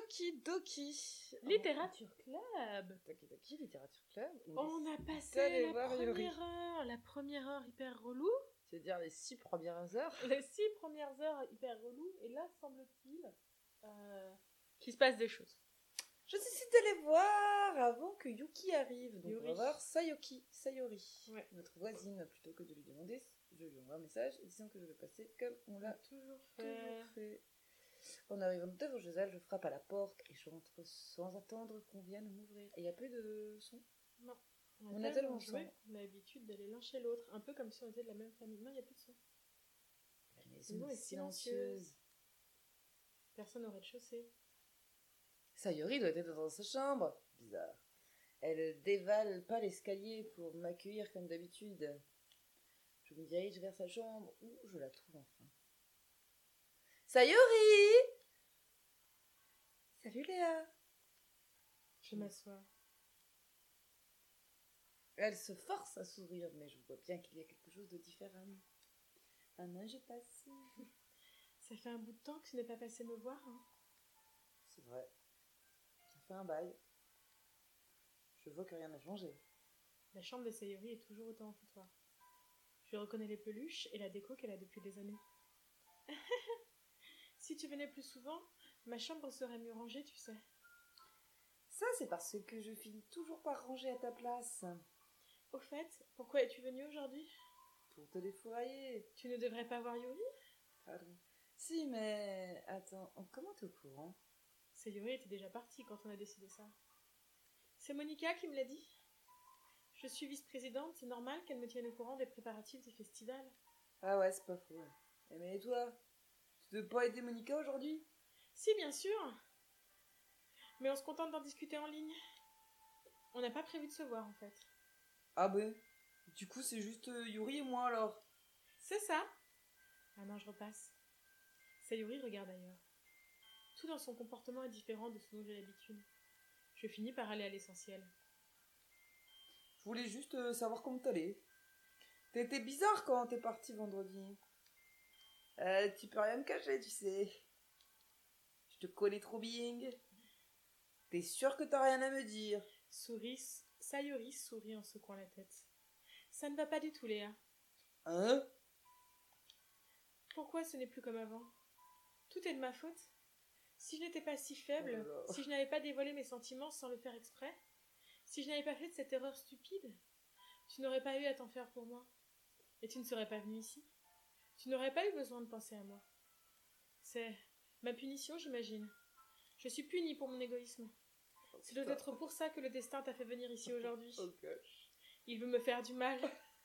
Tokidoki. Littérature Club. Tokidoki, Littérature Club. On a passé la première heure hyper relou. C'est-à-dire les 6 premières heures. Les 6 premières heures hyper relou. Et là, semble-t-il qu'il se passe des choses. Je décide d'aller voir avant que Yuki arrive. Donc Yuri. on va voir Sayori. Ouais. Notre voisine, plutôt que de lui demander, je lui envoie un message disant que je vais passer comme on l'a Toujours fait. En arrivant devant chez elle, je frappe à la porte et j'entre sans attendre qu'on vienne m'ouvrir. Et il n'y a plus de son. Non. On a tellement joué son. qu'on a l'habitude d'aller l'un chez l'autre. Un peu comme si on était de la même famille. Non, il n'y a plus de son. La maison est silencieuse. Personne au rez-de-chaussée. Sayori doit être dans sa chambre. Bizarre. Elle dévale pas l'escalier pour m'accueillir comme d'habitude. Je me dirige vers sa chambre où je la trouve enfin. Sayori! Salut Léa! Je m'assois. Elle se force à sourire, mais je vois bien qu'il y a quelque chose de différent. Un an j'ai passé. Ça fait un bout de temps que tu n'es pas passé me voir, hein. C'est vrai. Ça fait un bail. Je vois que rien n'a changé. La chambre de Sayori est toujours autant en foutoir. Je reconnais les peluches et la déco qu'elle a depuis des années. Si tu venais plus souvent, ma chambre serait mieux rangée, tu sais. Ça, c'est parce que je finis toujours par ranger à ta place. Au fait, pourquoi es-tu venue aujourd'hui? Pour te défourailler. Tu ne devrais pas voir Yuri? Pardon. Si, mais... Attends, comment t'es au courant? Sayori était déjà partie quand on a décidé ça. C'est Monica qui me l'a dit. Je suis vice-présidente, c'est normal qu'elle me tienne au courant des préparatifs du festival. Ah ouais, c'est pas faux. Mais toi, tu devais pas aider Monica aujourd'hui? Si, bien sûr. Mais on se contente d'en discuter en ligne. On n'a pas prévu de se voir, en fait. Ah ben, du coup c'est juste Yuri et moi alors. C'est ça. Ah non, je repasse. Sayori regarde ailleurs. Tout dans son comportement est différent de ce dont j'ai l'habitude. Je finis par aller à l'essentiel. Je voulais juste savoir comment t'allais. T'étais bizarre quand t'es parti vendredi. Tu peux rien me cacher, tu sais. Je te connais trop bien. T'es sûr que t'as rien à me dire? Sayori sourit en secouant la tête. Ça ne va pas du tout, Léa. Hein? Pourquoi ce n'est plus comme avant? Tout est de ma faute. Si je n'étais pas si faible, si je n'avais pas dévoilé mes sentiments sans le faire exprès, si je n'avais pas fait de cette erreur stupide, tu n'aurais pas eu à t'en faire pour moi. Et tu ne serais pas venu ici. Tu n'aurais pas eu besoin de penser à moi. C'est ma punition, j'imagine. Je suis punie pour mon égoïsme. C'est peut-être pour ça que le destin t'a fait venir ici aujourd'hui. Oh gosh. Il veut me faire du mal.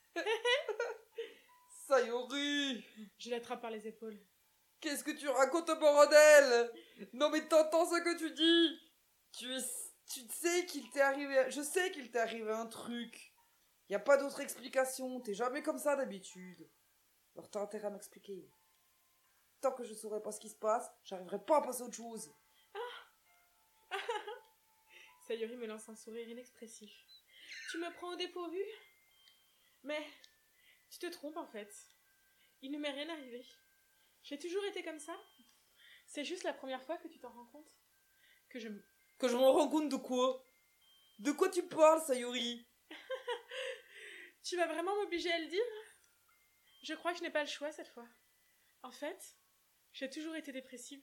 Sayori! Je l'attrape par les épaules. Qu'est-ce que tu racontes, bordel? Non mais t'entends ce que tu dis? Tu sais qu'il t'est arrivé... Je sais qu'il t'est arrivé un truc. Y a pas d'autre explication. T'es jamais comme ça d'habitude. Alors t'as intérêt à m'expliquer. Tant que je saurais pas ce qui se passe, j'arriverai pas à passer à autre chose. Sayori me lance un sourire inexpressif. Tu me prends au dépourvu? Mais tu te trompes en fait. Il ne m'est rien arrivé. J'ai toujours été comme ça. C'est juste la première fois que tu t'en rends compte. Que je m'en rends compte de quoi? De quoi tu parles, Sayori? Tu vas vraiment m'obliger à le dire? Je crois que je n'ai pas le choix cette fois. En fait, j'ai toujours été dépressive.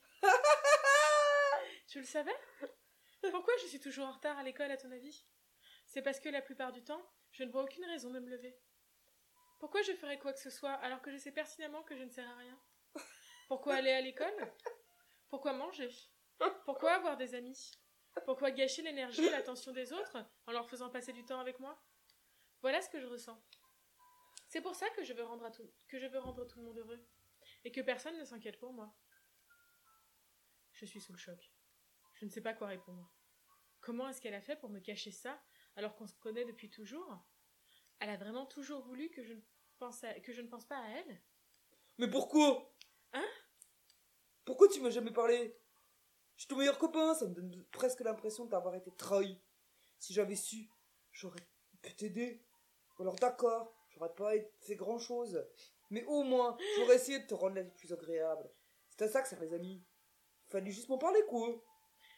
Tu le savais? Pourquoi je suis toujours en retard à l'école, à ton avis? C'est parce que la plupart du temps, je ne vois aucune raison de me lever. Pourquoi je ferais quoi que ce soit alors que je sais pertinemment que je ne sers à rien? Pourquoi aller à l'école? Pourquoi manger? Pourquoi avoir des amis? Pourquoi gâcher l'énergie et l'attention des autres en leur faisant passer du temps avec moi? Voilà ce que je ressens. C'est pour ça que je veux rendre tout le monde heureux. Et que personne ne s'inquiète pour moi. Je suis sous le choc. Je ne sais pas quoi répondre. Comment est-ce qu'elle a fait pour me cacher ça alors qu'on se connaît depuis toujours? Elle a vraiment toujours voulu que je ne pense pas à elle? Mais pourquoi? Hein? Pourquoi tu m'as jamais parlé? Je suis ton meilleur copain, ça me donne presque l'impression d'avoir été trahi. Si j'avais su, j'aurais pu t'aider. Alors d'accord, j'aurais pas fait grand chose. Mais au moins, j'aurais essayé de te rendre la vie plus agréable. C'est à ça que servent les amis. Fallait juste m'en parler, quoi.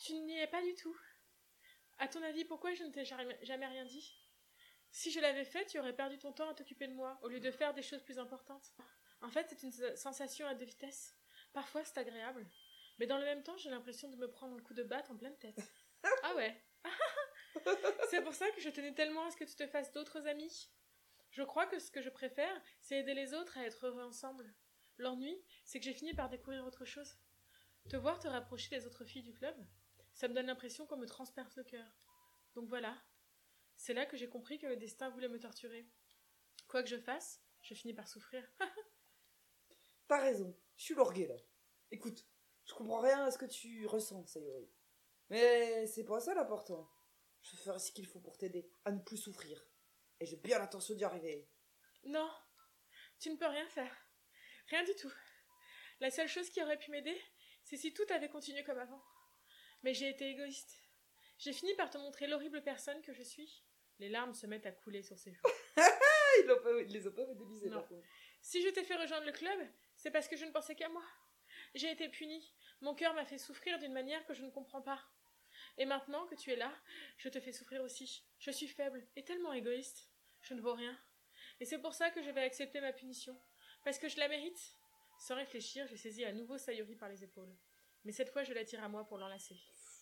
Tu n'y es pas du tout. À ton avis, pourquoi je ne t'ai jamais rien dit? Si je l'avais fait, tu aurais perdu ton temps à t'occuper de moi, au lieu de faire des choses plus importantes. En fait, c'est une sensation à deux vitesses. Parfois, c'est agréable. Mais dans le même temps, j'ai l'impression de me prendre un coup de batte en pleine tête. Ah ouais. C'est pour ça que je tenais tellement à ce que tu te fasses d'autres amis. Je crois que ce que je préfère, c'est aider les autres à être heureux ensemble. L'ennui, c'est que j'ai fini par découvrir autre chose. Te voir te rapprocher des autres filles du club, ça me donne l'impression qu'on me transperce le cœur. Donc voilà. C'est là que j'ai compris que le destin voulait me torturer. Quoi que je fasse, je finis par souffrir. T'as raison, je suis l'orgueil là. Écoute, je comprends rien à ce que tu ressens, Sayori. Mais c'est pas ça l'important. Je ferai ce qu'il faut pour t'aider à ne plus souffrir. Et j'ai bien l'intention d'y arriver. Non, tu ne peux rien faire. Rien du tout. La seule chose qui aurait pu m'aider, c'est si tout avait continué comme avant. Mais j'ai été égoïste. J'ai fini par te montrer l'horrible personne que je suis. Les larmes se mettent à couler sur ses joues. Ils les ont pas modélisés, Non. par contre. Si je t'ai fait rejoindre le club, c'est parce que je ne pensais qu'à moi. J'ai été punie. Mon cœur m'a fait souffrir d'une manière que je ne comprends pas. Et maintenant que tu es là, je te fais souffrir aussi. Je suis faible et tellement égoïste. Je ne vaux rien. Et c'est pour ça que je vais accepter ma punition. Parce que je la mérite. Sans réfléchir, j'ai saisi à nouveau Sayori par les épaules. Mais cette fois, je l'attire à moi pour l'enlacer.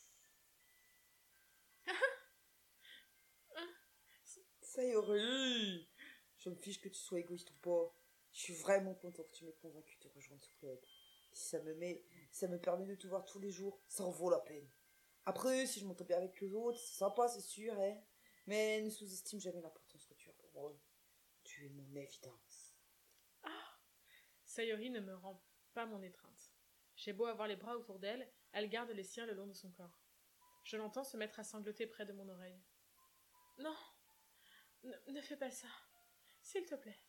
Sayori, je me fiche que tu sois égoïste ou pas. Je suis vraiment content que tu m'aies convaincu de rejoindre ce club. Si ça me permet de te voir tous les jours, ça en vaut la peine. Après, si je m'entends bien avec les autres, c'est sympa, c'est sûr, hein. Mais ne sous-estime jamais l'importance que tu as pour moi. Tu es mon évidence. Sayori ne me rend pas mon étreinte. J'ai beau avoir les bras autour d'elle, elle garde les siens le long de son corps. Je l'entends se mettre à sangloter près de mon oreille. Non, ne fais pas ça. S'il te plaît.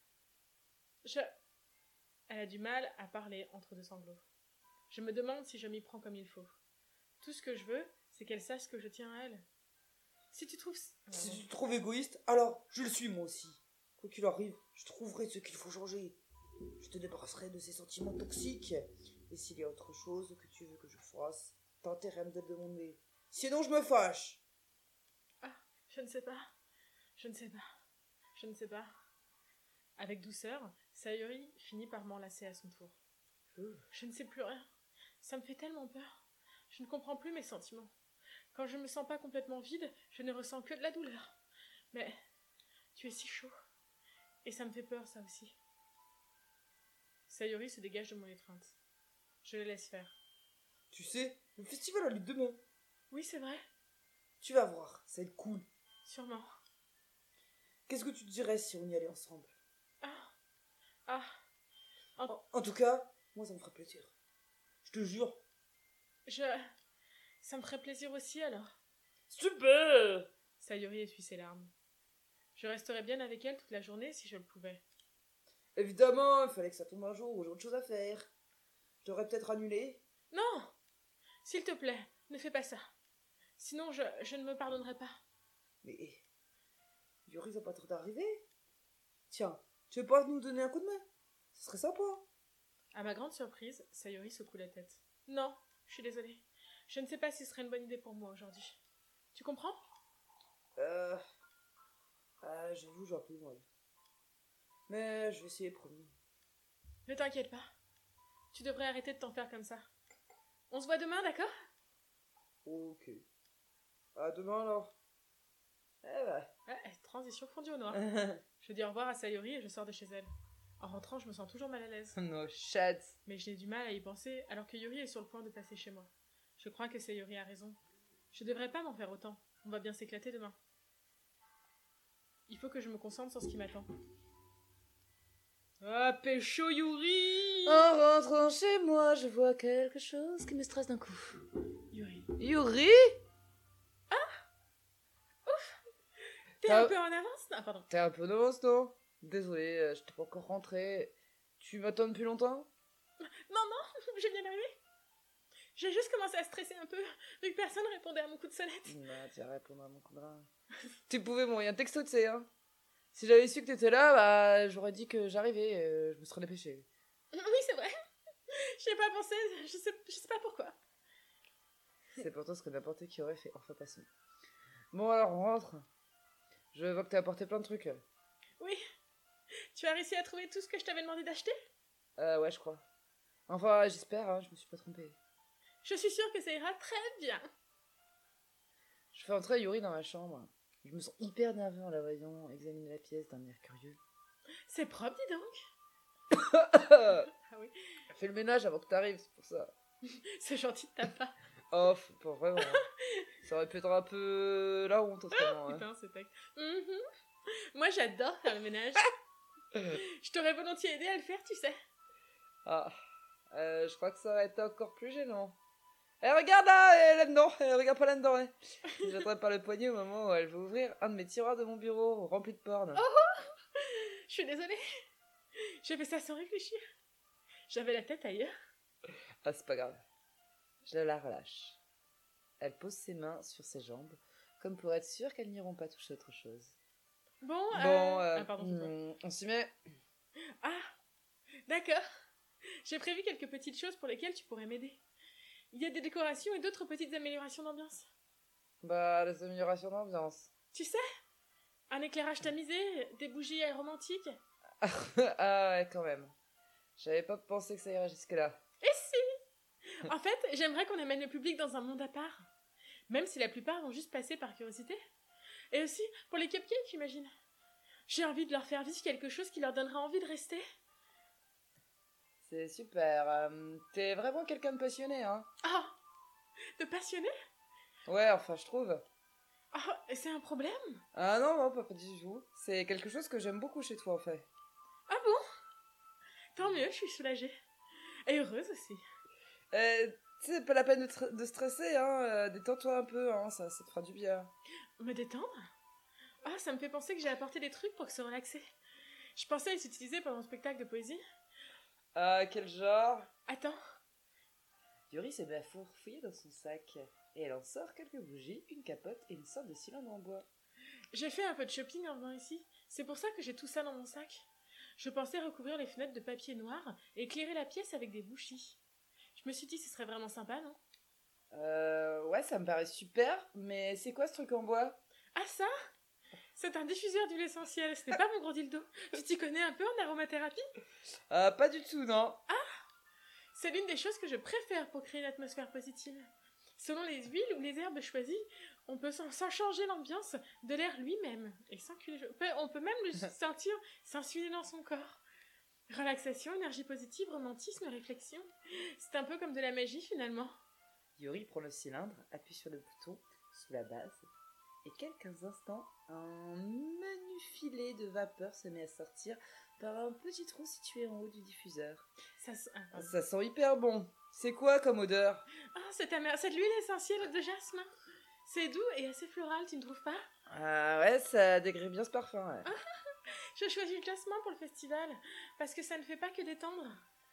Elle a du mal à parler entre deux sanglots. Je me demande si je m'y prends comme il faut. Tout ce que je veux, c'est qu'elle sache que je tiens à elle. Si tu trouves... Si tu te trouves égoïste, alors je le suis moi aussi. Quoi qu'il arrive, je trouverai ce qu'il faut changer. Je te débarrasserai de ces sentiments toxiques. Et s'il y a autre chose que tu veux que je fasse, t'as intérêt à me le demander. Sinon, je me fâche. Ah, je ne sais pas. Je ne sais pas. Je ne sais pas. Avec douceur, Sayori finit par m'enlacer à son tour. Je ne sais plus rien. Ça me fait tellement peur. Je ne comprends plus mes sentiments. Quand je me sens pas complètement vide, je ne ressens que de la douleur. Mais tu es si chaud. Et ça me fait peur, ça aussi. Sayori se dégage de mon étreinte. Je le laisse faire. Tu sais, le festival a lieu demain. Oui, c'est vrai. Tu vas voir, ça va être cool. Sûrement. Qu'est-ce que tu dirais si on y allait ensemble? En tout cas, moi ça me ferait plaisir. Je te jure. Ça me ferait plaisir aussi, alors. Super! Sayori essuie ses larmes. Je resterais bien avec elle toute la journée si je le pouvais. Évidemment, il fallait que ça tombe un jour où j'ai autre chose à faire. Je devrais peut-être annuler. Non! S'il te plaît, ne fais pas ça. Sinon, je ne me pardonnerai pas. Mais Yuri va pas trop d'arriver. Tiens, tu veux pas nous donner un coup de main? Ce serait sympa. À ma grande surprise, Sayori secoue la tête. Non, je suis désolée. Je ne sais pas si ce serait une bonne idée pour moi aujourd'hui. Tu comprends? J'avoue, j'ai un peu mal. Mais je vais essayer, promis. Ne t'inquiète pas. Tu devrais arrêter de t'en faire comme ça. On se voit demain, d'accord? Ok. À demain alors. Transition fondue au noir. Je dis au revoir à Sayori et je sors de chez elle. En rentrant, je me sens toujours mal à l'aise. No shit. Mais j'ai du mal à y penser alors que Yuri est sur le point de passer chez moi. Je crois que Sayori a raison. Je devrais pas m'en faire autant. On va bien s'éclater demain. Il faut que je me concentre sur ce qui m'attend. Ah, pécho Yuri! En rentrant chez moi, je vois quelque chose qui me stresse d'un coup. Yuri. Yuri? T'es un peu en avance? Ah, pardon. T'es un peu en avance, non? Désolé, je t'ai pas encore rentré. Tu m'attends depuis longtemps? Non, je viens d'arriver. J'ai juste commencé à stresser un peu, vu que personne répondait à mon coup de sonnette. Bah, tu vas répondre à mon coup de rein. Tu pouvais m'envoyer un texto, tu sais, hein. Si j'avais su que t'étais là, bah, j'aurais dit que j'arrivais, je me serais dépêché. Oui, c'est vrai. J'y ai pas pensé, je sais pas pourquoi. C'est pourtant ce que n'importe qui aurait fait. Enfin, passons. Bon, alors, on rentre. Je vois que t'as apporté plein de trucs. Oui. Tu as réussi à trouver tout ce que je t'avais demandé d'acheter? Ouais, je crois. Enfin, j'espère, hein, je me suis pas trompée. Je suis sûre que ça ira très bien. Je fais entrer Yuri dans ma chambre. Je me sens hyper nerveux en la voyant examiner la pièce d'un air curieux. C'est propre, dis donc. Ah oui. Fais le ménage avant que t'arrives, c'est pour ça. C'est gentil de ta part. Oh, pas vraiment. Ça aurait pu être un peu la honte autrement. Hein. Putain, c'est tac. Moi, j'adore faire le ménage. Je t'aurais volontiers aidé à le faire, tu sais. Ah, je crois que ça aurait été encore plus gênant. Regarde là, là-dedans. Regarde pas là-dedans. Hein. J'attrape par le poignet au moment où elle veut ouvrir un de mes tiroirs de mon bureau rempli de porn. Je suis désolée. J'ai fait ça sans réfléchir. J'avais la tête ailleurs. Ah, c'est pas grave. Je la relâche. Elle pose ses mains sur ses jambes, comme pour être sûre qu'elles n'iront pas toucher autre chose. Bon, pardon, on s'y met. Ah, d'accord. J'ai prévu quelques petites choses pour lesquelles tu pourrais m'aider. Il y a des décorations et d'autres petites améliorations d'ambiance. Bah, les améliorations d'ambiance. Tu sais, un éclairage tamisé, des bougies aromantiques. Ah ouais, quand même. J'avais pas pensé que ça irait jusque-là. Et si! En fait, j'aimerais qu'on amène le public dans un monde à part. Même si la plupart vont juste passer par curiosité. Et aussi, pour les cupcakes, j'imagine. J'ai envie de leur faire vivre quelque chose qui leur donnera envie de rester. C'est super. T'es vraiment quelqu'un de passionné, hein? Ah! De passionné? Ouais, enfin, je trouve. Ah, et c'est un problème? Ah non, pas du tout. C'est quelque chose que j'aime beaucoup chez toi, en fait. Ah bon? Tant mieux, je suis soulagée. Et heureuse aussi. C'est pas la peine de stresser, hein. Détends-toi un peu, hein. Ça te fera du bien. Me détendre? Ah, ça me fait penser que j'ai apporté des trucs pour se relaxer. Je pensais les utiliser pendant le spectacle de poésie. Ah, quel genre? Attends. Yuri s'est fouillée dans son sac. Et elle en sort quelques bougies, une capote et une sorte de cylindre en bois. J'ai fait un peu de shopping en venant ici. C'est pour ça que j'ai tout ça dans mon sac. Je pensais recouvrir les fenêtres de papier noir et éclairer la pièce avec des bougies. Je me suis dit ce serait vraiment sympa, non? Ouais, ça me paraît super, mais c'est quoi ce truc en bois? Ah ça? C'est un diffuseur d'huile essentielle, ce n'est pas mon gros dildo. Tu t'y connais un peu en aromathérapie? Pas du tout, non. Ah! C'est l'une des choses que je préfère pour créer une atmosphère positive. Selon les huiles ou les herbes choisies, on peut sans changer l'ambiance de l'air lui-même. Et on peut même le sentir s'insuler dans son corps. Relaxation, énergie positive, romantisme, réflexion. C'est un peu comme de la magie finalement. Yuri prend le cylindre, appuie sur le bouton sous la base, et quelques instants, un menu filet de vapeur se met à sortir par un petit trou situé en haut du diffuseur. Ça sent hyper bon. C'est quoi comme odeur? Ah, c'est de l'huile essentielle de jasmin. C'est doux et assez floral, tu ne trouves pas? Ah ouais, ça dégrée bien ce parfum, ouais. Je choisis le jasmin pour le festival, parce que ça ne fait pas que détendre.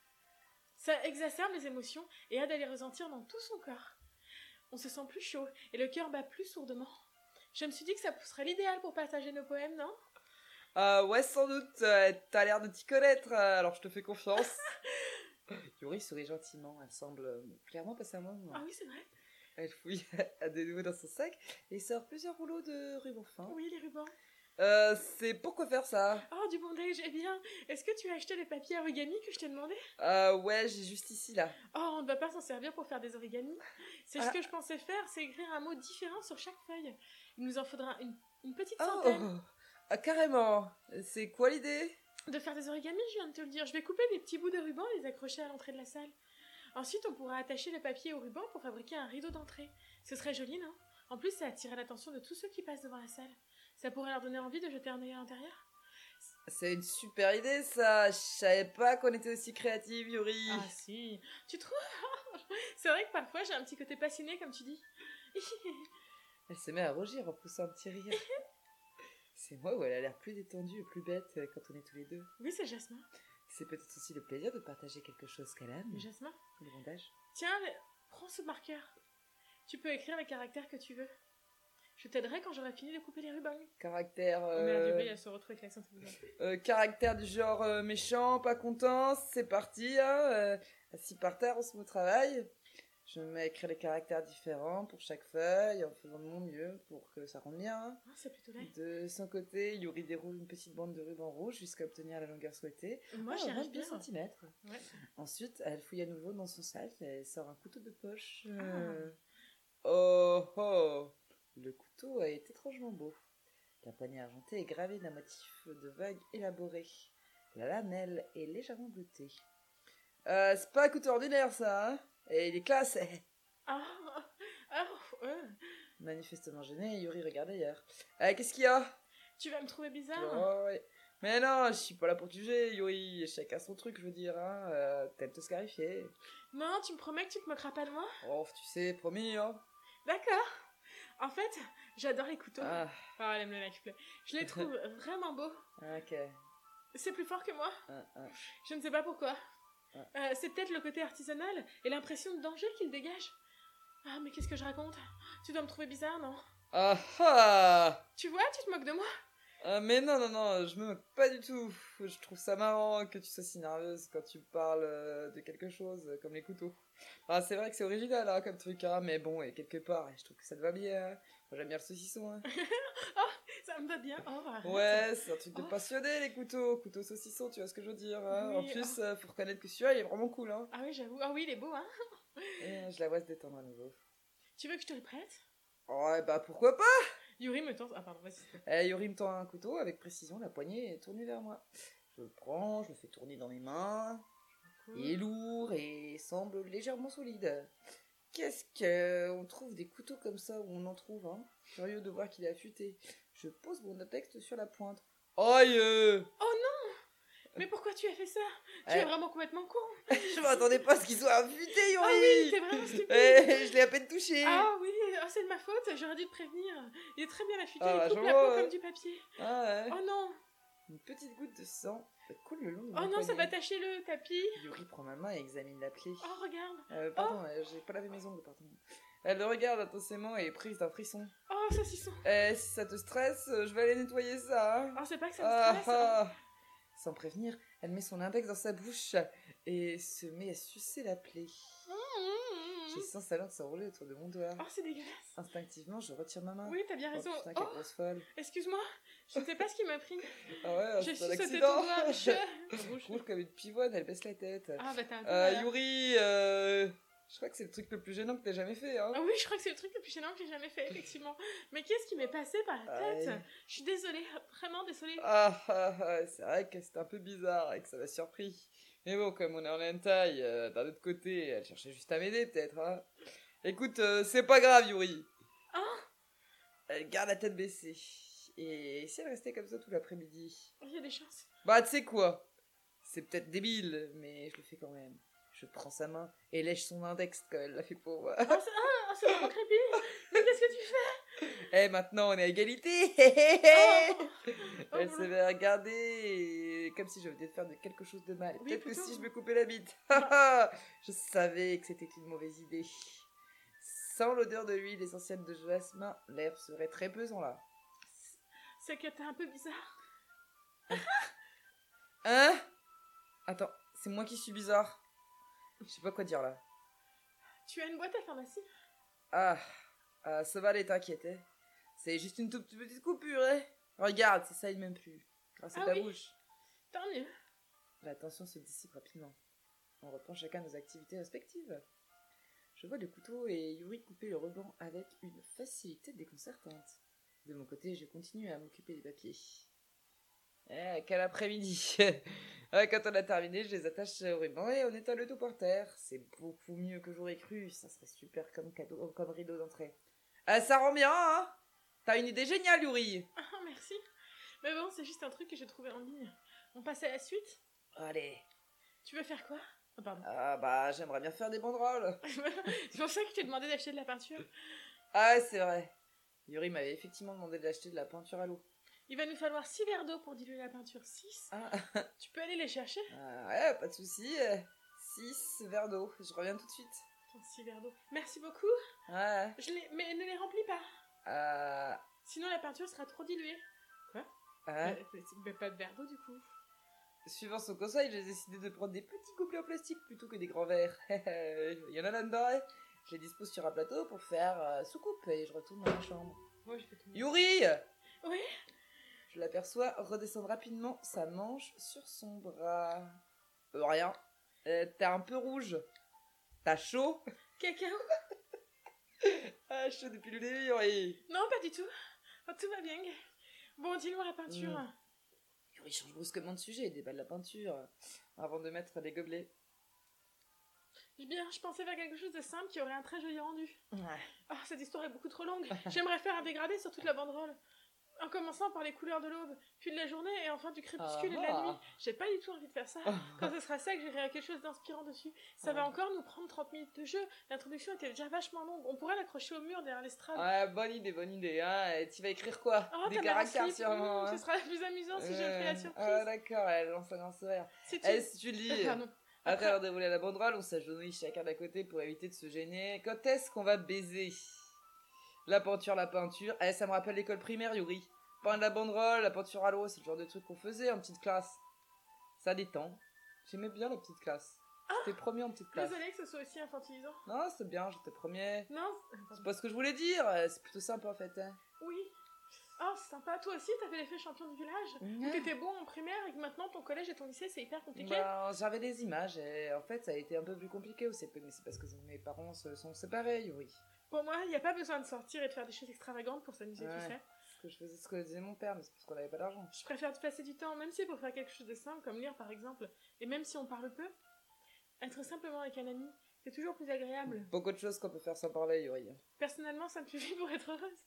Ça exacerbe les émotions et aide à les ressentir dans tout son corps. On se sent plus chaud et le cœur bat plus sourdement. Je me suis dit que ça serait l'idéal pour partager nos poèmes, non? Ouais, sans doute. T'as l'air de t'y connaître, alors je te fais confiance. Yuri sourit gentiment, elle semble clairement passer un moment. Ah oui, c'est vrai. Elle fouille à de nouveau dans son sac et sort plusieurs rouleaux de ruban fin. Oui, les rubans. C'est pour quoi faire ça? Oh, du bondage, eh bien, est-ce que tu as acheté les papiers origami que je t'ai demandé? Ouais, j'ai juste ici, là. Oh, on ne va pas s'en servir pour faire des origamis. C'est ce que je pensais faire, c'est écrire un mot différent sur chaque feuille. Il nous en faudra une petite centaine. Ah, carrément. C'est quoi l'idée? De faire des origamis, je viens de te le dire. Je vais couper des petits bouts de ruban et les accrocher à l'entrée de la salle. Ensuite, on pourra attacher le papier au ruban pour fabriquer un rideau d'entrée. Ce serait joli, non? En plus, ça attirerait l'attention de tous ceux qui passent devant la salle. Ça pourrait leur donner envie de jeter un œil à l'intérieur. C'est une super idée, ça. Je savais pas qu'on était aussi créative, Yuri. Ah si, tu trouves? C'est vrai que parfois j'ai un petit côté passionné, comme tu dis. Elle se met à rougir en poussant un petit rire. C'est moi où elle a l'air plus détendue et plus bête quand on est tous les deux. Oui, c'est Jasmin. C'est peut-être aussi le plaisir de partager quelque chose qu'elle aime. Jasmin? Le bondage. Tiens, prends ce marqueur. Tu peux écrire les caractères que tu veux. Je t'aiderai quand j'aurai fini de couper les rubans. Caractère... Oh merde, Yuri, elle se retrouve avec l'accent caractère du genre méchant, pas content, c'est parti, hein. Assis par terre, on se met au travail. Je me mets à écrire les caractères différents pour chaque feuille, en faisant de mon mieux pour que ça rende bien. Oh, c'est plutôt laid. De son côté, Yuri déroule une petite bande de ruban rouge jusqu'à obtenir la longueur souhaitée. Moi, j'y arrive 22 bien. cm. Ouais. Ensuite, elle fouille à nouveau dans son sac et sort un couteau de poche. Ah. Oh oh! Le couteau est étrangement beau. La poignée argentée est gravée d'un motif de vague élaboré. La lamelle est légèrement bleutée. C'est pas un couteau ordinaire, ça, hein? Et il est classe. Ah, ah, Manifestement gêné, Yuri regarde ailleurs. Qu'est-ce qu'il y a? Tu vas me trouver bizarre. Oh, ouais. Mais non, je suis pas là pour te juger, Yuri. Chacun son truc, je veux dire. Hein. T'aimes te scarifier. Non, tu me promets que tu te moqueras pas de moi? Oh, tu sais, promis, hein. D'accord. En fait, j'adore les couteaux. Ah, Ah, elle aime le knife play. Je les trouve vraiment beaux. ok. C'est plus fort que moi. Ah. Je ne sais pas pourquoi. Ah. C'est peut-être le côté artisanal et l'impression de danger qu'il dégage. Ah, mais qu'est-ce que je raconte? Tu dois me trouver bizarre, non? Ah. Tu vois, tu te moques de moi? Mais non, je me moque pas du tout. Je trouve ça marrant que tu sois si nerveuse quand tu parles de quelque chose comme les couteaux. C'est vrai que c'est original hein, comme truc, hein, mais bon, et quelque part, je trouve que ça te va bien. Moi j'aime bien le saucisson. Hein. Oh, ça me va bien. Oh, arrête. Ouais, c'est un truc de passionné les couteaux saucisson, tu vois ce que je veux dire. Hein. Oui, En plus, faut reconnaître que celui-là il est vraiment cool. Hein. Ah oui, j'avoue. Ah oui, il est beau, hein. Et je la vois se détendre à nouveau. Tu veux que je te le prête? Ouais, bah pourquoi pas. Yuri me tente... Ah pardon, vas-y. Yuri me tend un couteau avec précision, la poignée est tournée vers moi. Je le prends, je le fais tourner dans mes mains. Il est lourd et semble légèrement solide. Qu'est-ce qu'on trouve des couteaux comme ça où on en trouve, hein? Curieux de voir qu'il est affûté. Je pose mon index sur la pointe. Aïe! Oh non! Mais pourquoi tu as fait ça? Tu es vraiment complètement con. Je m'attendais pas à ce qu'il soit affûté, Yuri! Ah oui, t'es vraiment stupide. Je l'ai à peine touché. Ah oui, c'est de ma faute, j'aurais dû te prévenir. Il est très bien affûté, Ah, il coupe je la vois, peau ouais. comme du papier. Ah ouais. Oh non! Une petite goutte de sang coule le long de Oh mon non, ça va poignet. tacher le tapis. Yuri prend ma main et examine la plaie. Oh, regarde. Pardon, j'ai pas lavé mes ongles, pardon. Elle le regarde intensément et est prise d'un frisson. Oh, saucisson. Si ça te stresse, je vais aller nettoyer ça. Hein. Oh, c'est pas que ça me stresse. Sans prévenir, elle met son index dans sa bouche et se met à sucer la plaie. Je sens sa langue s'enrouler autour de mon doigt. Oh, c'est dégueulasse. Instinctivement, je retire ma main. Oui, t'as bien raison. Oh putain, quelle grosse folle. Excuse-moi, je ne sais pas ce qui m'a pris. Ah ouais, Je c'est suis un sauté ton accident. doigt. Rouge comme une pivoine, elle baisse la tête. Ah bah t'as un peu mal. Yuri, je crois que c'est le truc le plus gênant que t'aies jamais fait. Hein. Ah oui, je crois que c'est le truc le plus gênant que j'ai jamais fait, effectivement. Mais qu'est-ce qui m'est passé par la tête? Aïe. Je suis désolée, vraiment désolée. C'est vrai que c'était un peu bizarre et que ça m'a surpris. Mais bon, comme on est en hentai, d'un autre côté, elle cherchait juste à m'aider peut-être. Hein. Écoute, c'est pas grave, Yuri. Elle garde la tête baissée. Et si elle restait comme ça tout l'après-midi? Il y a des chances. Bah, tu sais quoi? C'est peut-être débile, mais je le fais quand même. Je prends sa main et lèche son index comme elle l'a fait pour moi. C'est vraiment creepy. Mais qu'est-ce que tu fais? Maintenant on est à égalité. Elle se met à regarder comme si je venais de faire quelque chose de mal. Oui, Peut-être que plutôt. si je me coupais la bite. Je savais que c'était une mauvaise idée. Sans l'odeur de l'huile essentielle de jasmin, l'air serait très pesant là. C'est que t'es un peu bizarre. Hein? Attends, c'est moi qui suis bizarre. Je sais pas quoi dire là. Tu as une boîte à pharmacie? Ça va aller, t'inquiète. Hein. C'est juste une toute petite coupure, hein. Regarde, ça saigne même plus. Grâce à ta bouche. Tant mieux. La tension se dissipe rapidement. On reprend chacun nos activités respectives. Je vois le couteau et Yuri couper le ruban avec une facilité déconcertante. De mon côté, je continue à m'occuper des papiers. Quel après-midi. Quand on a terminé, je les attache au ruban et on étale le tout par terre. C'est beaucoup mieux que j'aurais cru. Ça serait super comme cadeau, comme rideau d'entrée. Ça rend bien, hein? T'as une idée géniale, Yuri. Ah, merci. Mais bon, c'est juste un truc que j'ai trouvé en ligne. On passe à la suite? Allez. Tu veux faire quoi? Oh, pardon. Bah, j'aimerais bien faire des banderoles. C'est pour ça que je t'ai demandé d'acheter de la peinture. Ah, c'est vrai. Yuri m'avait effectivement demandé d'acheter de la peinture à l'eau. Il va nous falloir 6 verres d'eau pour diluer la peinture. 6. Tu peux aller les chercher? Ouais, pas de souci. 6 verres d'eau. Je reviens tout de suite. Attends, 6 verres d'eau. Merci beaucoup. Ouais. Mais ne les remplis pas. Sinon la peinture sera trop diluée. Quoi? Mais pas de verre d'eau du coup. Suivant son conseil, j'ai décidé de prendre des petits gobelets en plastique plutôt que des grands verres. Il y en a là-dedans, hein. Je les dispose sur un plateau pour faire soucoupe et je retourne dans ma chambre. Moi, je fais tout. Yuri! Oui? Je l'aperçois redescendre rapidement sa manche sur son bras. Rien. T'es un peu rouge. T'as chaud? Cacao? Ah, chaud depuis le début, Yuri. Non, pas du tout. Oh, tout va bien. Bon, dis-moi la peinture. Yuri change brusquement de sujet et déballe la peinture avant de mettre les gobelets. Bien, je pensais faire quelque chose de simple qui aurait un très joli rendu. Ouais. Oh, cette histoire est beaucoup trop longue. J'aimerais faire un dégradé sur toute la banderole. En commençant par les couleurs de l'aube, puis de la journée et enfin du crépuscule et de la nuit. J'ai pas du tout envie de faire ça. Quand ce sera sec, j'irai à quelque chose d'inspirant dessus. Ça va encore nous prendre 30 minutes de jeu. L'introduction était déjà vachement longue. On pourrait l'accrocher au mur derrière l'estrade. Ouais, bonne idée. Hein. Et tu vas écrire quoi? Oh, des caractères sûrement. Ce sera plus amusant si je fais la surprise. Ah, d'accord, elle lance un grand sourire. Si tu lis. Après avoir déroulé la banderole, on s'agenouille chacun d'à côté pour éviter de se gêner. Quand est-ce qu'on va baiser? La peinture. Ça me rappelle l'école primaire, Yuri. Peindre la banderole, la peinture à l'eau, c'est le genre de truc qu'on faisait en petite classe. Ça détend. J'aimais bien la petite classe. J'étais premier en petite classe. Désolée que ce soit aussi infantilisant. Non, c'était bien, j'étais premier. Non, c'est pas ce que je voulais dire. C'est plutôt sympa en fait. Hein. Oui. Oh, c'est sympa. Toi aussi, t'avais l'effet champion du village. Où t'étais bon en primaire et que maintenant ton collège et ton lycée, c'est hyper compliqué. J'avais des images et en fait, ça a été un peu plus compliqué au CP, mais c'est parce que mes parents se sont séparés, Yuri. Pour moi, il n'y a pas besoin de sortir et de faire des choses extravagantes pour s'amuser, tu sais. Ce que disait mon père, mais c'est parce qu'on n'avait pas d'argent. Je préfère te passer du temps, même si pour faire quelque chose de simple, comme lire par exemple, et même si on parle peu, être simplement avec un ami, c'est toujours plus agréable. Beaucoup de choses qu'on peut faire sans parler, Yuri. Personnellement, ça me suffit pour être heureuse.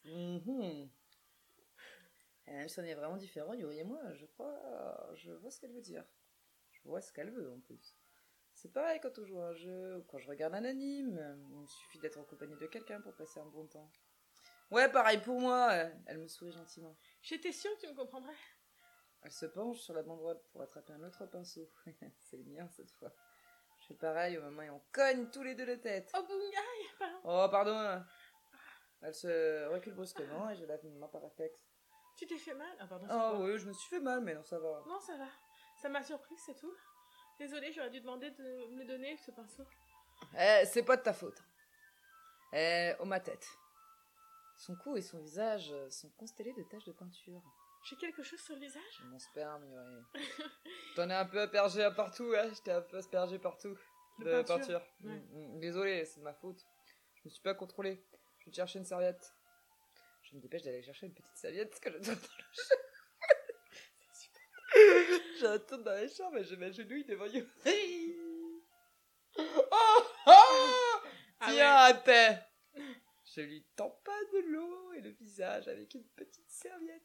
Et même si on est vraiment différents, Yuri et moi, je vois ce qu'elle veut dire. Je vois ce qu'elle veut en plus. C'est pareil quand on joue à un jeu ou quand je regarde un anime. Il me suffit d'être en compagnie de quelqu'un pour passer un bon temps. Ouais, pareil pour moi. Elle me sourit gentiment. J'étais sûre que tu me comprendrais. Elle se penche sur la banderole pour attraper un autre pinceau. C'est le mien cette fois. Je fais pareil au moment où on cogne tous les deux la tête. Oh, boum, pardon. Oh, pardon. Elle se recule brusquement et je lave mes mains par réflexe. Tu t'es fait mal? Ah, pardon. Oh, oui, je me suis fait mal, mais non, ça va. Non, ça va. Ça m'a surprise, c'est tout. Désolée, j'aurais dû demander de me le donner, ce pinceau. C'est pas de ta faute. Oh, ma tête. Son cou et son visage sont constellés de taches de peinture. J'ai quelque chose sur le visage? Mon sperme, Yuri. T'en es un peu aspergé partout, hein. J'étais un peu aspergé partout de peinture. Ouais. Désolé, c'est de ma faute. Je me suis pas contrôlée. Je vais te chercher une serviette. Je me dépêche d'aller chercher une petite serviette que je dois dans le champ. C'est super. Je retourne dans la chambre et je m'agenouille devant Yuri. Tiens, thé. Je lui tamponne de l'eau et le visage avec une petite serviette.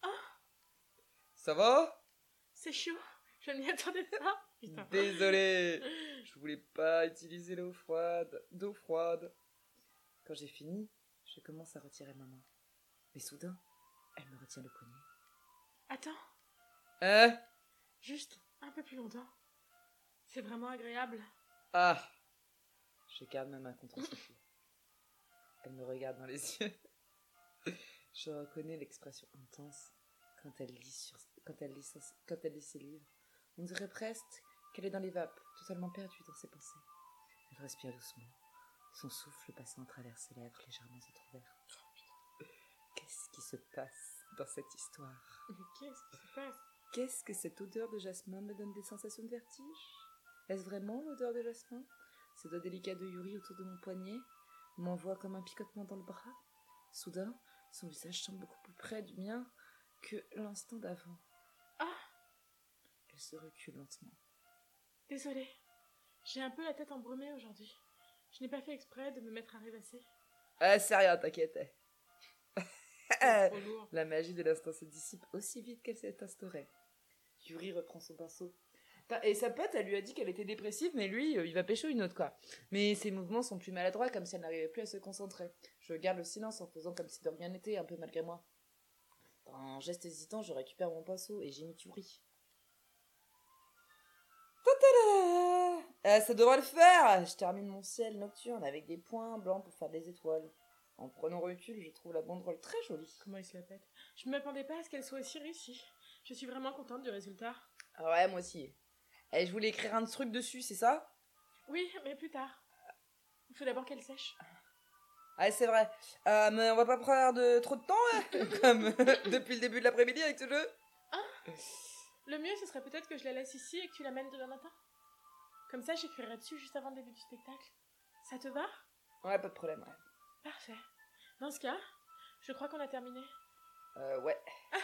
Ça va? C'est chaud. Je ne m'y attendais pas. Putain. Désolé. Je voulais pas utiliser d'eau froide. Quand j'ai fini, je commence à retirer ma main. Mais soudain, elle me retient le poignet. Attends. Juste un peu plus longtemps. C'est vraiment agréable. Ah. Je garde ma main contre son cou. Elle me regarde dans les yeux. Je reconnais l'expression intense quand elle lit ses livres. On dirait presque qu'elle est dans les vapes, totalement perdue dans ses pensées. Elle respire doucement, son souffle passant à travers ses lèvres légèrement entrouvertes. Qu'est-ce qui se passe dans cette histoire? Mais qu'est-ce qui se passe? Qu'est-ce que cette odeur de jasmin me donne des sensations de vertige? Est-ce vraiment l'odeur de jasmin? Ce doigt délicat de Yuri autour de mon poignet m'envoie comme un picotement dans le bras. Soudain, son visage semble beaucoup plus près du mien que l'instant d'avant. Elle se recule lentement. Désolée, j'ai un peu la tête embrumée aujourd'hui. Je n'ai pas fait exprès de me mettre à rêvasser. C'est rien, t'inquiète. C'est trop lourd. La magie de l'instant se dissipe aussi vite qu'elle s'est instaurée. Yuri reprend son pinceau. Et sa pote, elle lui a dit qu'elle était dépressive, mais lui, il va pécho une autre, quoi. Mais ses mouvements sont plus maladroits, comme si elle n'arrivait plus à se concentrer. Je garde le silence en faisant comme si de rien n'était, un peu malgré moi. Dans un geste hésitant, je récupère mon pinceau et j'imite Yuri. Ça devrait le faire. Je termine mon ciel nocturne avec des points blancs pour faire des étoiles. En prenant recul, je trouve la banderole très jolie. Comment il se la pète? Je ne m'attendais pas à ce qu'elle soit aussi réussie. Je suis vraiment contente du résultat. Ah ouais, moi aussi. Je voulais écrire un truc dessus, c'est ça? Oui, mais plus tard. Il faut d'abord qu'elle sèche. Ah, c'est vrai. Mais on va pas prendre trop de temps, hein, comme depuis le début de l'après-midi avec ce jeu. Le mieux, ce serait peut-être que je la laisse ici et que tu l'amènes demain matin. Comme ça, j'écrirai dessus juste avant le début du spectacle. Ça te va? Ouais, pas de problème, ouais. Parfait. Dans ce cas, je crois qu'on a terminé. Ouais.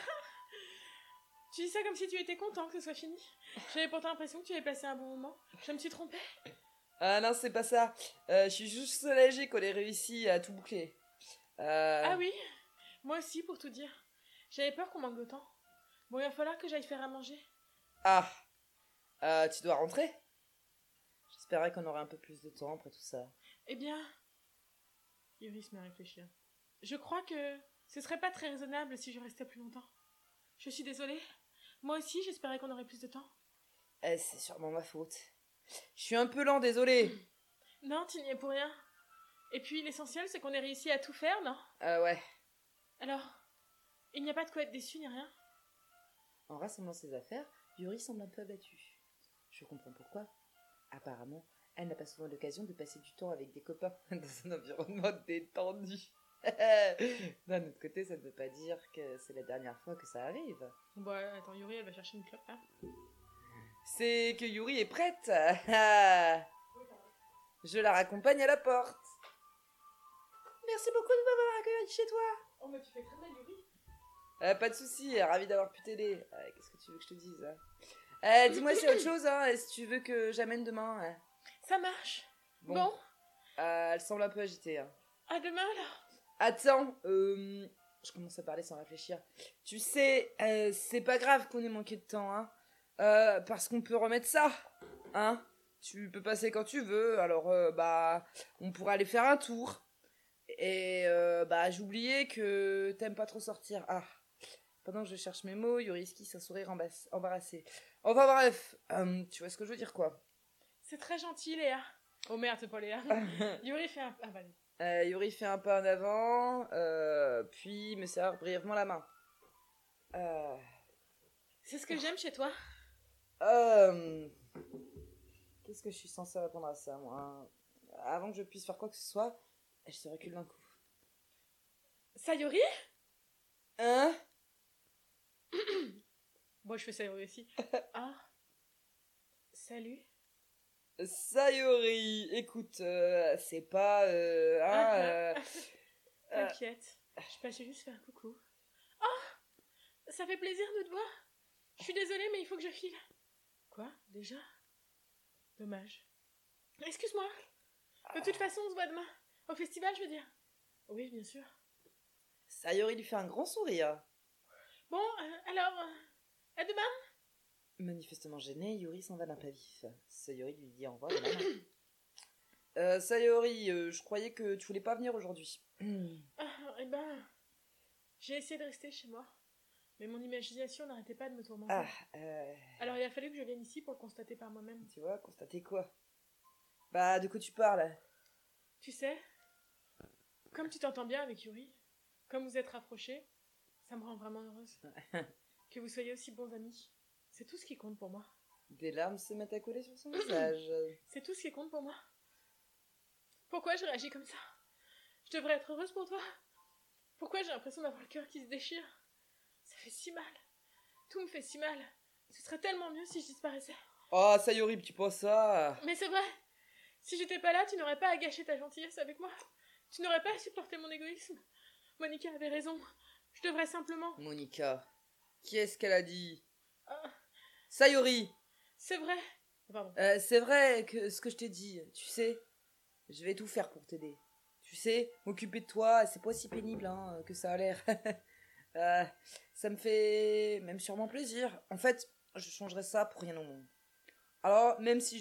Tu dis ça comme si tu étais content que ce soit fini. J'avais pourtant l'impression que tu avais passé un bon moment. Je me suis trompée. Ah non, c'est pas ça. Je suis juste soulagée qu'on ait réussi à tout boucler. Ah oui, moi aussi, pour tout dire. J'avais peur qu'on manque de temps. Bon, il va falloir que j'aille faire à manger. Ah, tu dois rentrer? J'espérais qu'on aurait un peu plus de temps après tout ça. Eh bien... Yuri se met à réfléchir. Je crois que ce serait pas très raisonnable si je restais plus longtemps. Je suis désolée. Moi aussi, j'espérais qu'on aurait plus de temps. C'est sûrement ma faute. Je suis un peu lent, désolé. Non, tu n'y es pour rien. Et puis, l'essentiel, c'est qu'on ait réussi à tout faire, non? Ouais. Alors, il n'y a pas de quoi être déçu ni rien. En rassemblant ses affaires, Yuri semble un peu abattue. Je comprends pourquoi. Apparemment, elle n'a pas souvent l'occasion de passer du temps avec des copains dans un environnement détendu. D'un autre côté, ça ne veut pas dire que c'est la dernière fois que ça arrive. Bon, attends, Yuri, elle va chercher une clope, là. C'est que Yuri est prête. Je la raccompagne à la porte. Merci beaucoup de m'avoir accueilli chez toi. Oh, mais tu fais très mal, Yuri. Pas de soucis, ravi d'avoir pu t'aider. Qu'est-ce que tu veux que je te dise, hein? Dis-moi si autre chose, hein, si tu veux que j'amène demain. Hein. Ça marche. Bon. Elle semble un peu agitée. Hein. À demain, alors. Attends, je commence à parler sans réfléchir. Tu sais, c'est pas grave qu'on ait manqué de temps, hein. Parce qu'on peut remettre ça, hein. Tu peux passer quand tu veux, alors on pourra aller faire un tour. Et j'ai oublié que t'aimes pas trop sortir. Ah, pendant que je cherche mes mots, Yuriski s'un sourire embarrassé. Enfin bref, tu vois ce que je veux dire, quoi. C'est très gentil, Léa. Oh merde, c'est pas Léa. Yuri fait un... Ah, bah, Yuri fait un pas en avant, puis me serre brièvement la main. C'est ce que j'aime chez toi. Qu'est-ce que je suis censée répondre à ça, moi? Avant que je puisse faire quoi que ce soit, elle se recule d'un coup. Sayori? Hein? Moi, je fais Sayori aussi. Ah. Salut. Sayori, écoute, c'est pas... T'inquiète, je passais juste faire un coucou. Oh, ça fait plaisir de te voir. Je suis désolée, mais il faut que je file. Quoi? Déjà? Dommage. Excuse-moi. De toute façon, on se voit demain. Au festival, je veux dire. Oui, bien sûr. Sayori lui fait un grand sourire. Bon, alors, à demain. Manifestement gêné, Yuri s'en va d'un pas vif. Sayori lui dit au revoir de la main. Sayori, je croyais que tu voulais pas venir aujourd'hui. Eh ben, j'ai essayé de rester chez moi. Mais mon imagination n'arrêtait pas de me tourmenter. Alors il a fallu que je vienne ici pour le constater par moi-même. Tu vois, constater quoi? De quoi tu parles? Tu sais, comme tu t'entends bien avec Yuri, comme vous êtes rapprochés, ça me rend vraiment heureuse. Que vous soyez aussi bons amis. C'est tout ce qui compte pour moi. Des larmes se mettent à couler sur son visage. C'est tout ce qui compte pour moi. Pourquoi je réagis comme ça? Je devrais être heureuse pour toi. Pourquoi j'ai l'impression d'avoir le cœur qui se déchire? Ça fait si mal. Tout me fait si mal. Ce serait tellement mieux si je disparaissais. Oh, Sayori, tu penses ça? Mais c'est vrai. Si j'étais pas là, tu n'aurais pas à gâcher ta gentillesse avec moi. Tu n'aurais pas à supporter mon égoïsme. Monica avait raison. Je devrais simplement... Monica, qui est-ce qu'elle a dit? Sayori! C'est vrai. Pardon. C'est vrai que ce que je t'ai dit, tu sais, je vais tout faire pour t'aider. Tu sais, m'occuper de toi, c'est pas si pénible que ça a l'air. Ça me fait même sûrement plaisir. En fait, je changerais ça pour rien au monde. Alors, même si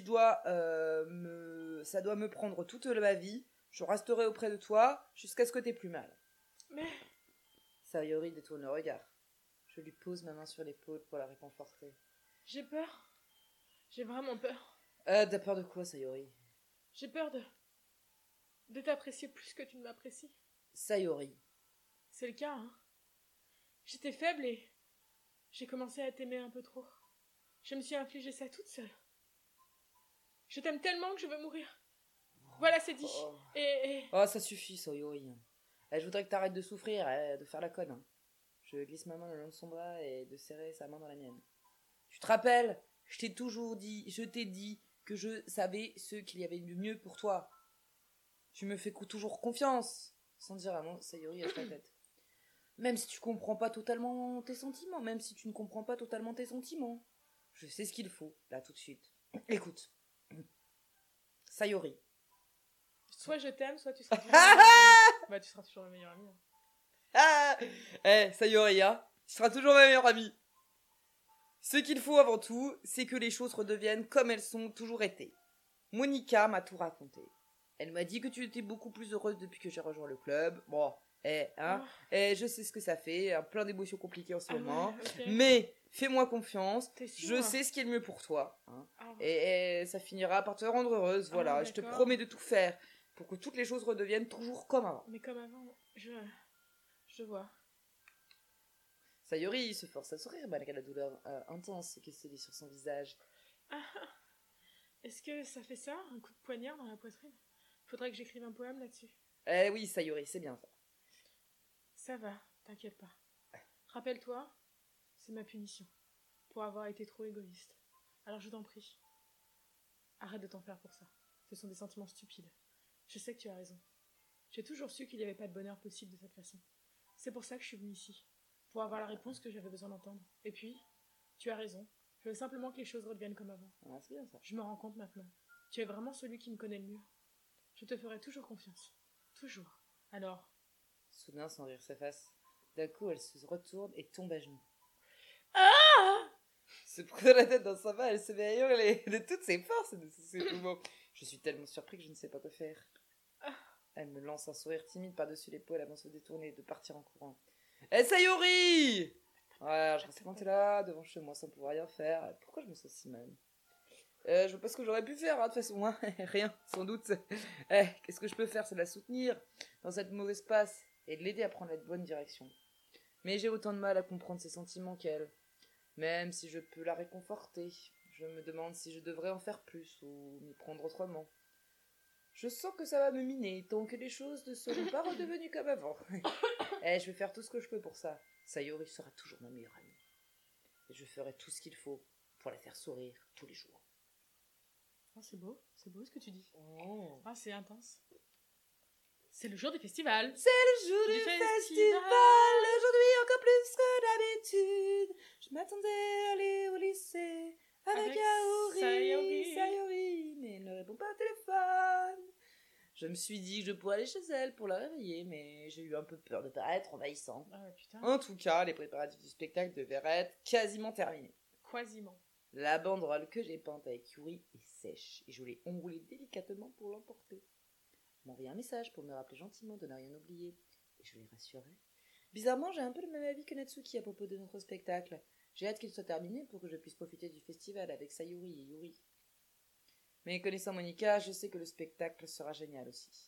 ça doit me prendre toute ma vie, je resterai auprès de toi jusqu'à ce que t'aies plus mal. Mais... Sayori détourne le regard. Je lui pose ma main sur l'épaule pour la réconforter. J'ai peur. J'ai vraiment peur. T'as peur de quoi, Sayori? J'ai peur de t'apprécier plus que tu ne m'apprécies. Sayori. C'est le cas, hein. J'étais faible et j'ai commencé à t'aimer un peu trop. Je me suis infligé ça toute seule. Je t'aime tellement que je veux mourir. Voilà, c'est dit. Oh. Et... Oh, ça suffit, Sayori. Je voudrais que t'arrêtes de souffrir, de faire la conne. Hein. Je glisse ma main le long de son bras et de serrer sa main dans la mienne. Tu te rappelles? Je t'ai dit que je savais ce qu'il y avait de mieux pour toi. Tu me fais toujours confiance. Sans dire un mot, Sayori hoche la tête. Même si tu comprends pas totalement tes sentiments, je sais ce qu'il faut, là, tout de suite. Écoute. Sayori. Soit je t'aime, soit tu seras toujours le meilleur ami. Bah, tu seras toujours le meilleur ami. Sayori, hein, tu seras toujours ma meilleure amie. Ce qu'il faut avant tout, c'est que les choses redeviennent comme elles sont toujours été. Monica m'a tout raconté. Elle m'a dit que tu étais beaucoup plus heureuse depuis que j'ai rejoint le club. Bon, je sais ce que ça fait, plein d'émotions compliquées en ce moment. Ouais, okay. Mais fais-moi confiance, T'es sûre, je sais ce qui est le mieux pour toi. Hein. Oh. Et ça finira par te rendre heureuse, voilà. Je te promets de tout faire pour que toutes les choses redeviennent toujours comme avant. Mais comme avant, je vois. Sayori se force à sourire malgré la douleur intense qui se lit sur son visage. Est-ce que ça fait ça, un coup de poignard dans la poitrine? Faudrait que j'écrive un poème là-dessus. Oui, Sayori, c'est bien ça. Ça va, t'inquiète pas. Rappelle-toi, c'est ma punition. Pour avoir été trop égoïste. Alors je t'en prie. Arrête de t'en faire pour ça. Ce sont des sentiments stupides. Je sais que tu as raison. J'ai toujours su qu'il n'y avait pas de bonheur possible de cette façon. C'est pour ça que je suis venue ici. Pour avoir la réponse que j'avais besoin d'entendre. Et puis, tu as raison. Je veux simplement que les choses redeviennent comme avant. Ah, c'est bien ça. Je me rends compte maintenant. Tu es vraiment celui qui me connaît le mieux. Je te ferai toujours confiance. Toujours. Alors... Soudain, son rire s'efface. D'un coup, elle se retourne et tombe à genoux. Se prenant la tête dans sa main, elle se met à hurler de toutes ses forces et de tous ses poumons. Je suis tellement surpris que je ne sais pas quoi faire. Elle me lance un sourire timide par-dessus l'épaule avant de se détourner et de partir en courant. Sayori! Ouais, je reste planté là, devant chez moi, sans pouvoir rien faire. Pourquoi je me sens si mal? Je vois pas ce que j'aurais pu faire, hein, de toute façon. Hein. Rien, sans doute. Qu'est-ce que je peux faire? C'est de la soutenir dans cette mauvaise passe et de l'aider à prendre la bonne direction. Mais j'ai autant de mal à comprendre ses sentiments qu'elle. Même si je peux la réconforter, je me demande si je devrais en faire plus ou m'y prendre autrement. Je sens que ça va me miner tant que les choses ne seront pas redevenues comme avant. Je vais faire tout ce que je peux pour ça. Sayori sera toujours ma meilleure amie. Et je ferai tout ce qu'il faut pour la faire sourire tous les jours. Oh, c'est beau ce que tu dis. Oh. Ah, c'est intense. C'est le jour du festival. C'est le jour du festival. Aujourd'hui encore plus que d'habitude. Je m'attendais à aller au lycée avec Sayori, mais elle ne répond pas au téléphone. Je me suis dit que je pourrais aller chez elle pour la réveiller, mais j'ai eu un peu peur de paraître envahissant. Ah putain. En tout cas, les préparatifs du spectacle devaient être quasiment terminés. Quasiment. La banderole que j'ai peinte avec Yuri est sèche et je l'ai enroulée délicatement pour l'emporter. Elle m'a envoyé un message pour me rappeler gentiment de ne rien oublier et je l'ai rassurée. Bizarrement, j'ai un peu le même avis que Natsuki à propos de notre spectacle. J'ai hâte qu'il soit terminé pour que je puisse profiter du festival avec Sayori et Yuri. Mais connaissant Monica, je sais que le spectacle sera génial aussi.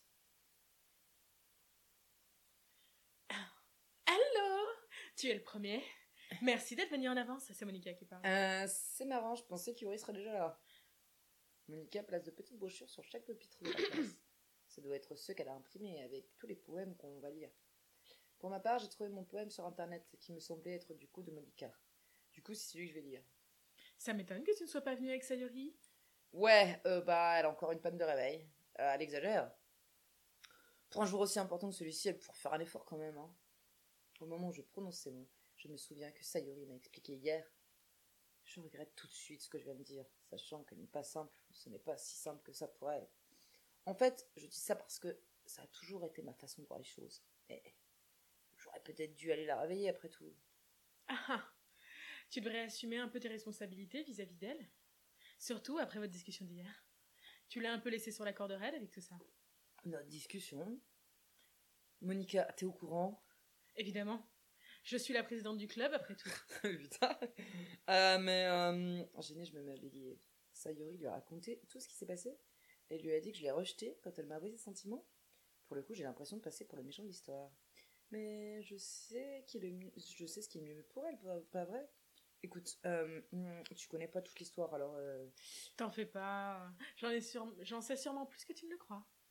Allô? Tu es le premier. Merci d'être venu en avance, c'est Monica qui parle. C'est marrant, je pensais qu'Yuri serait déjà là. Monica place de petites brochures sur chaque pupitre de la classe. Ça doit être ceux qu'elle a imprimés avec tous les poèmes qu'on va lire. Pour ma part, j'ai trouvé mon poème sur internet qui me semblait être du coup de Monica. Du coup, c'est celui que je vais lire. Ça m'étonne que tu ne sois pas venu avec Sayori. Ouais, elle a encore une panne de réveil. Elle exagère. Pour un jour aussi important que celui-ci, elle pourrait faire un effort quand même. Hein. Au moment où je prononce ces mots, je me souviens que Sayori m'a expliqué hier. Je regrette tout de suite ce que je viens de dire, sachant qu'elle n'est pas simple. Ce n'est pas si simple que ça pour elle. En fait, je dis ça parce que ça a toujours été ma façon de voir les choses. Et j'aurais peut-être dû aller la réveiller après tout. Ah, tu devrais assumer un peu tes responsabilités vis-à-vis d'elle. Surtout après votre discussion d'hier. Tu l'as un peu laissée sur la corde raide avec tout ça. Notre discussion? Monica, t'es au courant? Évidemment. Je suis la présidente du club après tout. Putain. Gênée, je me mets à bégayer. Sayori lui a raconté tout ce qui s'est passé. Elle lui a dit que je l'ai rejeté quand elle m'a avoué ses sentiments. Pour le coup, j'ai l'impression de passer pour le méchant de l'histoire. Mais je sais ce qui est mieux pour elle, pas vrai? Écoute, tu connais pas toute l'histoire, alors... T'en fais pas. J'en sais sûrement plus que tu ne le crois.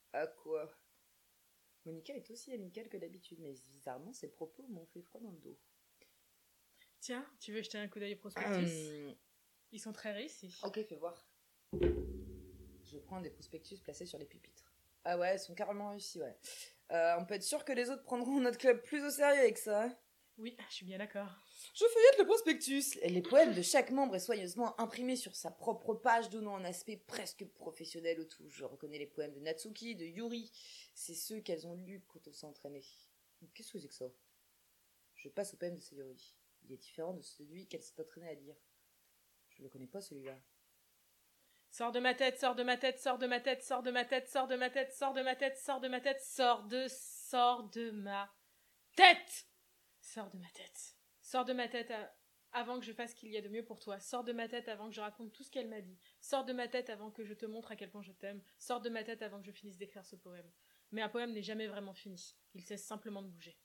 À quoi? Monica est aussi amicale que d'habitude, mais bizarrement, ses propos m'ont fait froid dans le dos. Tiens, tu veux jeter un coup d'œil au prospectus? Ils sont très réussis. Ok, fais voir. Je prends des prospectus placés sur les pupitres. Ah ouais, ils sont carrément réussis, ouais. On peut être sûr que les autres prendront notre club plus au sérieux avec ça. Hein. Oui, je suis bien d'accord. Je feuillette le prospectus. Les poèmes de chaque membre est soigneusement imprimés sur sa propre page, donnant un aspect presque professionnel au tout. Je reconnais les poèmes de Natsuki, de Yuri. C'est ceux qu'elles ont lus quand on s'est entraîné. Qu'est-ce que c'est que ça? Je passe au poème de Sayori. Il est différent de celui qu'elle s'est entraînée à lire. Je le connais pas, celui-là. Sors de ma tête, sors de ma tête, sors de ma tête, sors de ma tête, sors de ma tête, sors de ma tête, sors de ma tête, sors de ma tête! Sors de ma tête. Sors de ma tête avant que je fasse ce qu'il y a de mieux pour toi. Sors de ma tête avant que je raconte tout ce qu'elle m'a dit. Sors de ma tête avant que je te montre à quel point je t'aime. Sors de ma tête avant que je finisse d'écrire ce poème. Mais un poème n'est jamais vraiment fini. Il cesse simplement de bouger.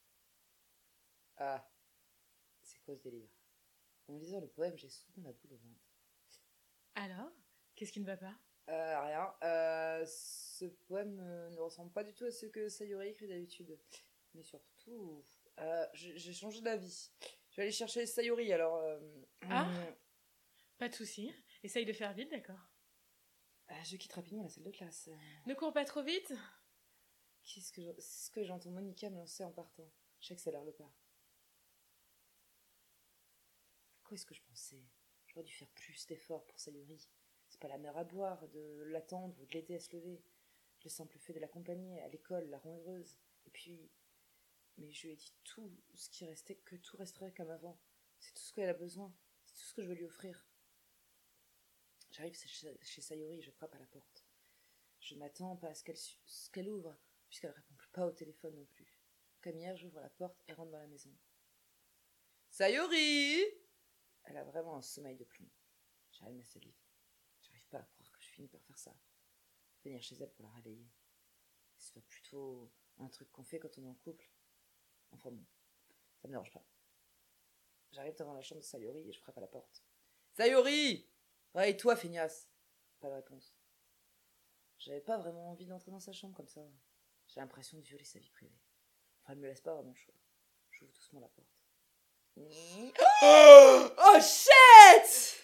Ah, c'est quoi ce délire? En lisant le poème, j'ai souvent la boule au ventre. Alors, qu'est-ce qui ne va pas? Rien. Ce poème ne ressemble pas du tout à ce que Sayori écrit d'habitude. Mais surtout, j'ai changé d'avis. Je vais aller chercher Sayori, alors... Pas de souci. Essaye de faire vite, d'accord? Je quitte rapidement la salle de classe. Ne cours pas trop vite. C'est ce que j'entends Monica me lancer en partant. Je sais que ça a l'air le pas. À quoi est-ce que je pensais? J'aurais dû faire plus d'efforts pour Sayori. C'est pas la mer à boire de l'attendre ou de l'aider à se lever. Le simple fait de l'accompagner à l'école la rend heureuse. Et puis... Mais je lui ai dit tout ce qui restait, que tout resterait comme avant. C'est tout ce qu'elle a besoin. C'est tout ce que je veux lui offrir. J'arrive chez Sayori et je frappe à la porte. Je m'attends pas à ce qu'elle ouvre, puisqu'elle répond pas au téléphone non plus. Comme hier, j'ouvre la porte et rentre dans la maison. Sayori! Elle a vraiment un sommeil de plomb. J'arrête ma salive. J'arrive pas à croire que je finis par faire ça. Venir chez elle pour la réveiller. C'est pas plutôt un truc qu'on fait quand on est en couple. Enfin bon, ça me dérange pas. J'arrive devant la chambre de Sayori et je frappe à la porte. Sayori! Ouais, et toi, feignasse? Pas de réponse. J'avais pas vraiment envie d'entrer dans sa chambre comme ça. J'ai l'impression de violer sa vie privée. Enfin, elle me laisse pas vraiment le choix. J'ouvre doucement la porte. Oh shit!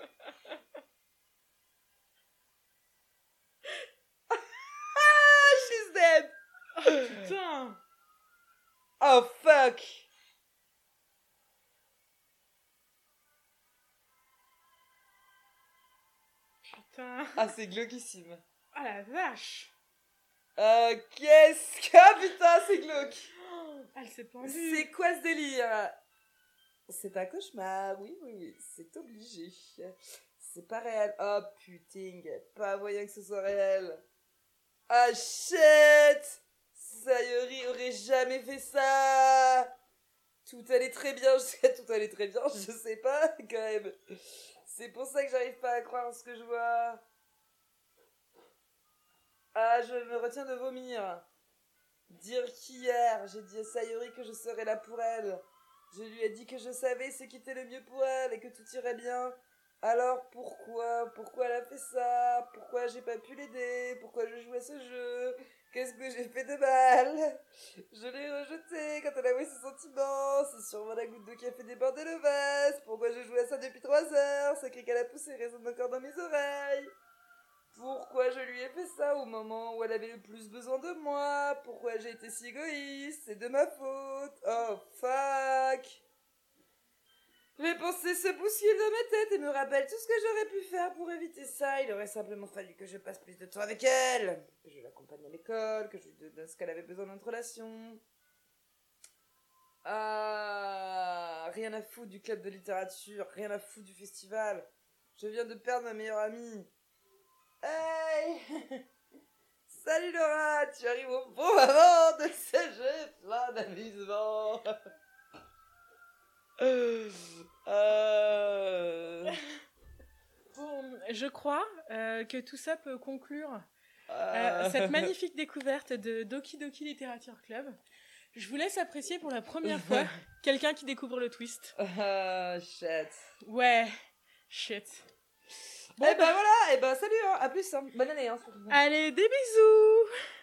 She's dead! Putain! Oh fuck! Putain! Ah, c'est glauquissime. Ah la vache! Qu'est-ce que... Putain, c'est glauque! Elle s'est pendue! C'est quoi ce délire? C'est un cauchemar, oui, c'est obligé. C'est pas réel. Oh putain, pas moyen que ce soit réel. Ah shit! Sayori aurait jamais fait ça! Tout allait très bien, je sais pas, quand même. C'est pour ça que j'arrive pas à croire ce que je vois. Ah, je me retiens de vomir. Dire qu'hier, j'ai dit à Sayori que je serais là pour elle. Je lui ai dit que je savais ce qui était le mieux pour elle et que tout irait bien. Alors pourquoi elle a fait ça? Pourquoi j'ai pas pu l'aider? Pourquoi je jouais ce jeu? Qu'est-ce que j'ai fait de mal? Je l'ai rejeté quand elle a avoué ses sentiments. C'est sûrement la goutte d'eau qui a fait déborder le vase. Pourquoi je jouais à ça depuis 3 heures? Ce cri qu'elle a poussé résonne encore dans mes oreilles. Pourquoi je lui ai fait ça au moment où elle avait le plus besoin de moi? Pourquoi j'ai été si égoïste? C'est de ma faute. Oh fuck. Les pensées se bousculent dans ma tête et me rappellent tout ce que j'aurais pu faire pour éviter ça. Il aurait simplement fallu que je passe plus de temps avec elle, que je l'accompagne à l'école, que je lui donne ce qu'elle avait besoin dans notre relation. Ah, rien à foutre du club de littérature, rien à foutre du festival. Je viens de perdre ma meilleure amie. Hey! Salut Laura, tu arrives au bon moment de ce jeu plein d'amusement. Bon, je crois que tout ça peut conclure cette magnifique découverte de Doki Doki Literature Club. Je vous laisse apprécier pour la première fois quelqu'un qui découvre le twist. Shit. Ouais, shit. Bon, et ben voilà, et ben salut, hein. À plus, hein. Bonne année, hein. Allez, des bisous.